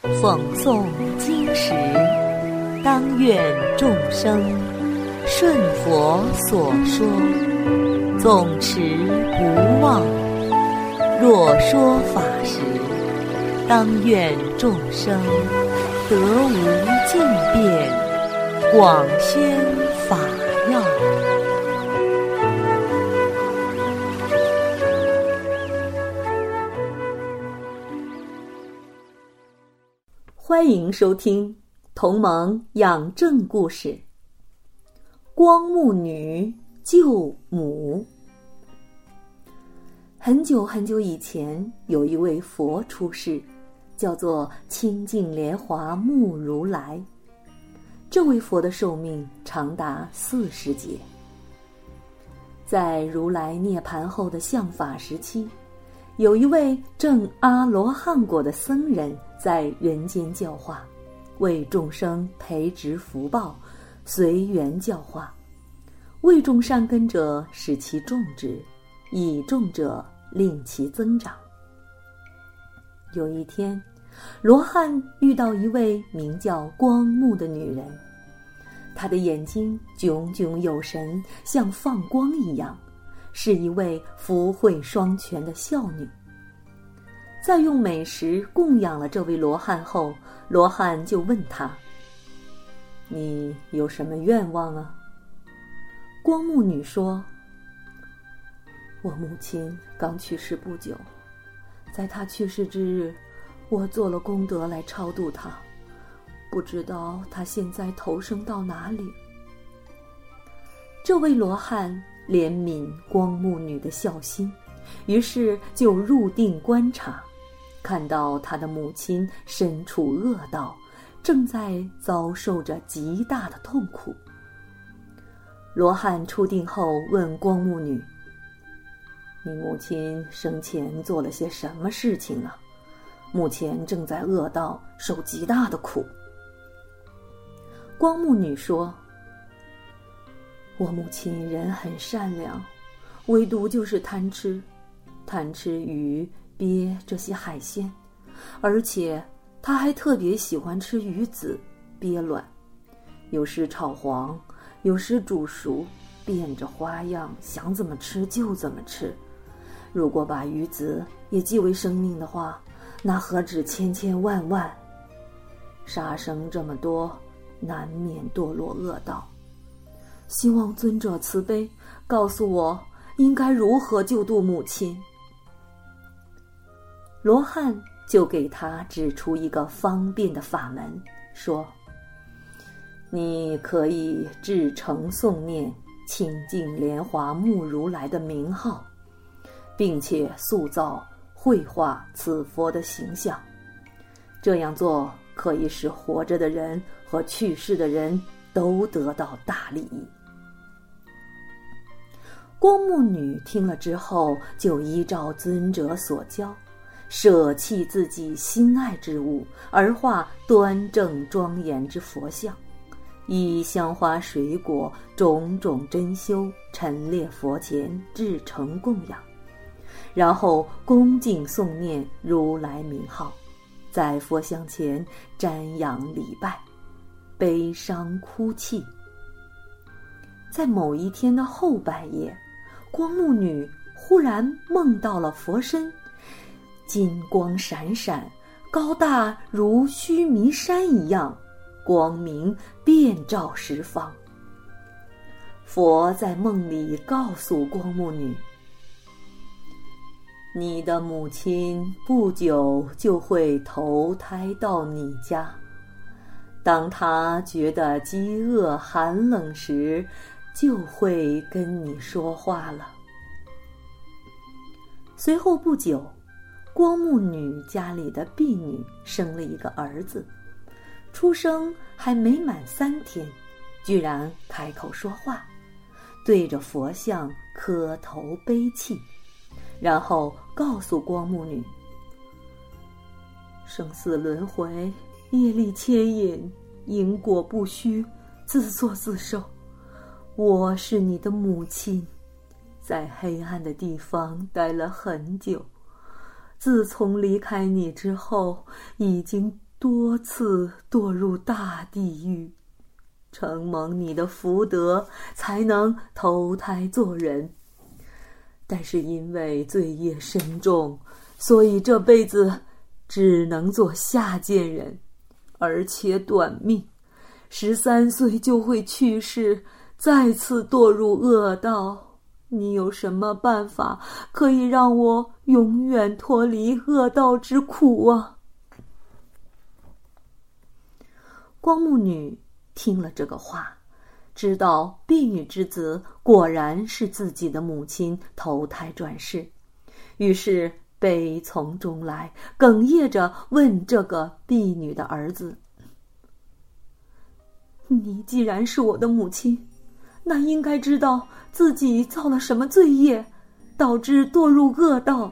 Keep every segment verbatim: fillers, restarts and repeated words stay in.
讽诵今时，当愿众生顺佛所说，总持不忘。若说法时，当愿众生得无尽变，广宣法要。欢迎收听同盟养正故事。光目女救母。很久很久以前，有一位佛出世，叫做清净莲华目如来。这位佛的寿命长达四十劫。在如来涅槃后的相法时期，有一位证阿罗汉果的僧人在人间教化，为众生培植福报，随缘教化。未种善根者使其种植，已种者令其增长。有一天，罗汉遇到一位名叫光目的女人，她的眼睛炯炯有神，像放光一样，是一位福慧双全的孝女。在用美食供养了这位罗汉后，罗汉就问她：你有什么愿望啊？光目女说：我母亲刚去世不久，在她去世之日，我做了功德来超度她，不知道她现在投生到哪里。这位罗汉怜悯光目女的孝心，于是就入定观察，看到他的母亲身处恶道，正在遭受着极大的痛苦。罗汉出定后问光目女：你母亲生前做了些什么事情啊？目前正在恶道受极大的苦。光目女说：我母亲人很善良，唯独就是贪吃，贪吃鱼、鳖这些海鲜，而且她还特别喜欢吃鱼子、鳖卵，有时炒黄，有时煮熟，变着花样，想怎么吃就怎么吃。如果把鱼子也记为生命的话，那何止千千万万，杀生这么多，难免堕落恶道。希望尊者慈悲，告诉我应该如何救度母亲。罗汉就给他指出一个方便的法门，说：你可以至诚诵念清净莲华目如来的名号，并且塑造绘画此佛的形象。这样做可以使活着的人和去世的人都得到大利益。光目女听了之后，就依照尊者所教，舍弃自己心爱之物，而画端正庄严之佛像，以香花水果种种珍馐陈列佛前，至诚供养，然后恭敬诵念如来名号，在佛像前瞻仰礼拜，悲伤哭泣。在某一天的后半夜，光目女忽然梦到了佛身，金光闪闪，高大如须弥山一样，光明遍照十方。佛在梦里告诉光目女：你的母亲不久就会投胎到你家，当她觉得饥饿寒冷时，就会跟你说话了。随后不久，光目女家里的婢女生了一个儿子，出生还没满三天，居然开口说话，对着佛像磕头悲泣，然后告诉光目女：生死轮回，业力牵引，因果不虚，自作自受。我是你的母亲，在黑暗的地方待了很久，自从离开你之后，已经多次堕入大地狱，承蒙你的福德，才能投胎做人。但是因为罪业深重，所以这辈子只能做下贱人，而且短命，十三岁就会去世，再次堕入恶道。你有什么办法可以让我永远脱离恶道之苦啊？光目女听了这个话，知道婢女之子果然是自己的母亲投胎转世，于是悲从中来，哽咽着问这个婢女的儿子：你既然是我的母亲，那应该知道自己造了什么罪业，导致堕入恶道。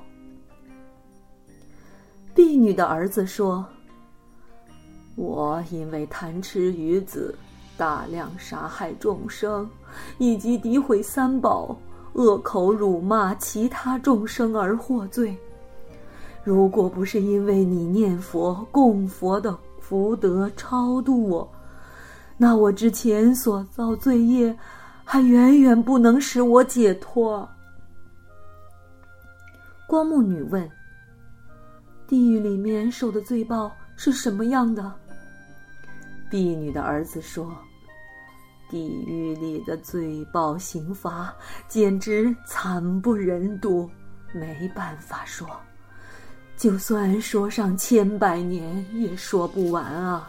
婢女的儿子说：我因为贪吃鱼子，大量杀害众生，以及诋毁三宝，恶口辱骂其他众生而获罪。如果不是因为你念佛供佛的福德超度我，那我之前所造罪业还远远不能使我解脱。光目女问：地狱里面受的罪报是什么样的？婢女的儿子说：地狱里的罪报刑罚简直惨不忍睹，没办法说，就算说上千百年也说不完啊。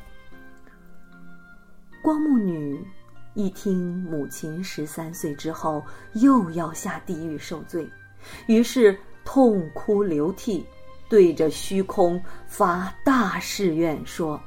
光目女一听母亲十三岁之后又要下地狱受罪，于是痛哭流涕，对着虚空发大誓愿说：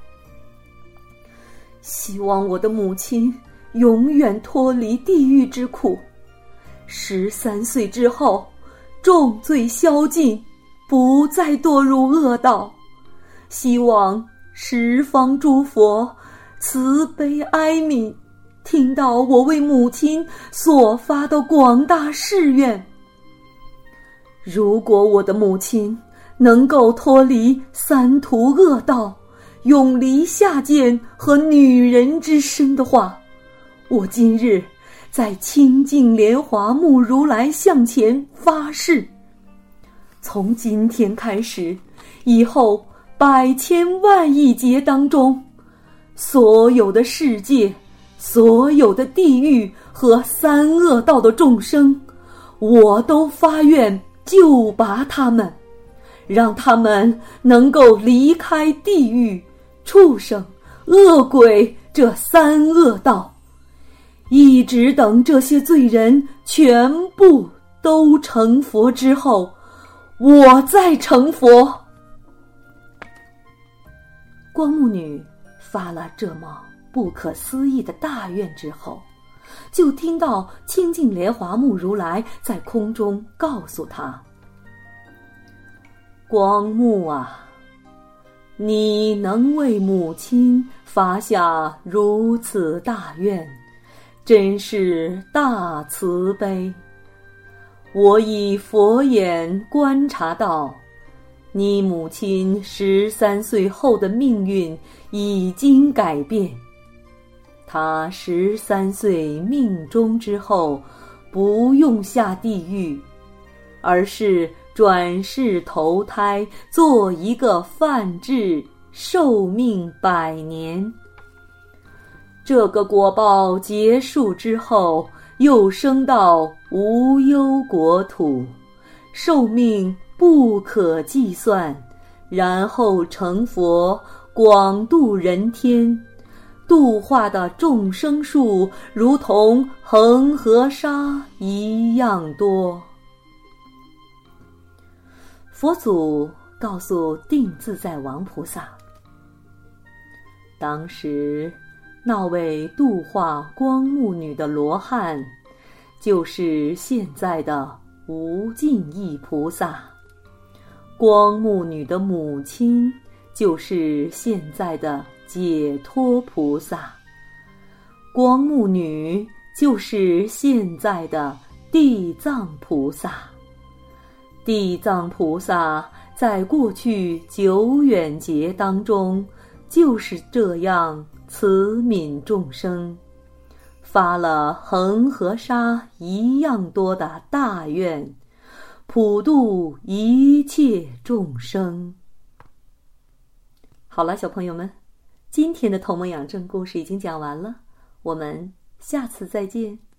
希望我的母亲永远脱离地狱之苦，十三岁之后重罪消尽，不再堕入恶道，希望十方诸佛慈悲哀悯，听到我为母亲所发的广大誓愿。如果我的母亲能够脱离三途恶道，永离下贱和女人之身的话，我今日在清净莲华目如来向前发誓，从今天开始，以后百千万亿劫当中，所有的世界，所有的地狱和三恶道的众生，我都发愿救拔他们，让他们能够离开地狱、畜生、恶鬼这三恶道，一直等这些罪人全部都成佛之后，我再成佛。光目女发了这么不可思议的大愿之后，就听到清净莲华目如来在空中告诉他：光目啊，你能为母亲发下如此大愿，真是大慈悲。我以佛眼观察到，你母亲十三岁后的命运已经改变。她十三岁命终之后，不用下地狱，而是转世投胎做一个梵志，寿命百年。这个果报结束之后，又升到无忧国土，寿命不可计算，然后成佛，广度人天，度化的众生数如同恒河沙一样多。佛祖告诉定自在王菩萨，当时那位度化光目女的罗汉，就是现在的无尽意菩萨；光目女的母亲，就是现在的解脱菩萨；光目女就是现在的地藏菩萨。地藏菩萨在过去久远劫当中，就是这样慈悯众生，发了恒河沙一样多的大愿，普度一切众生。好了，小朋友们，今天的头蒙养正故事已经讲完了，我们下次再见。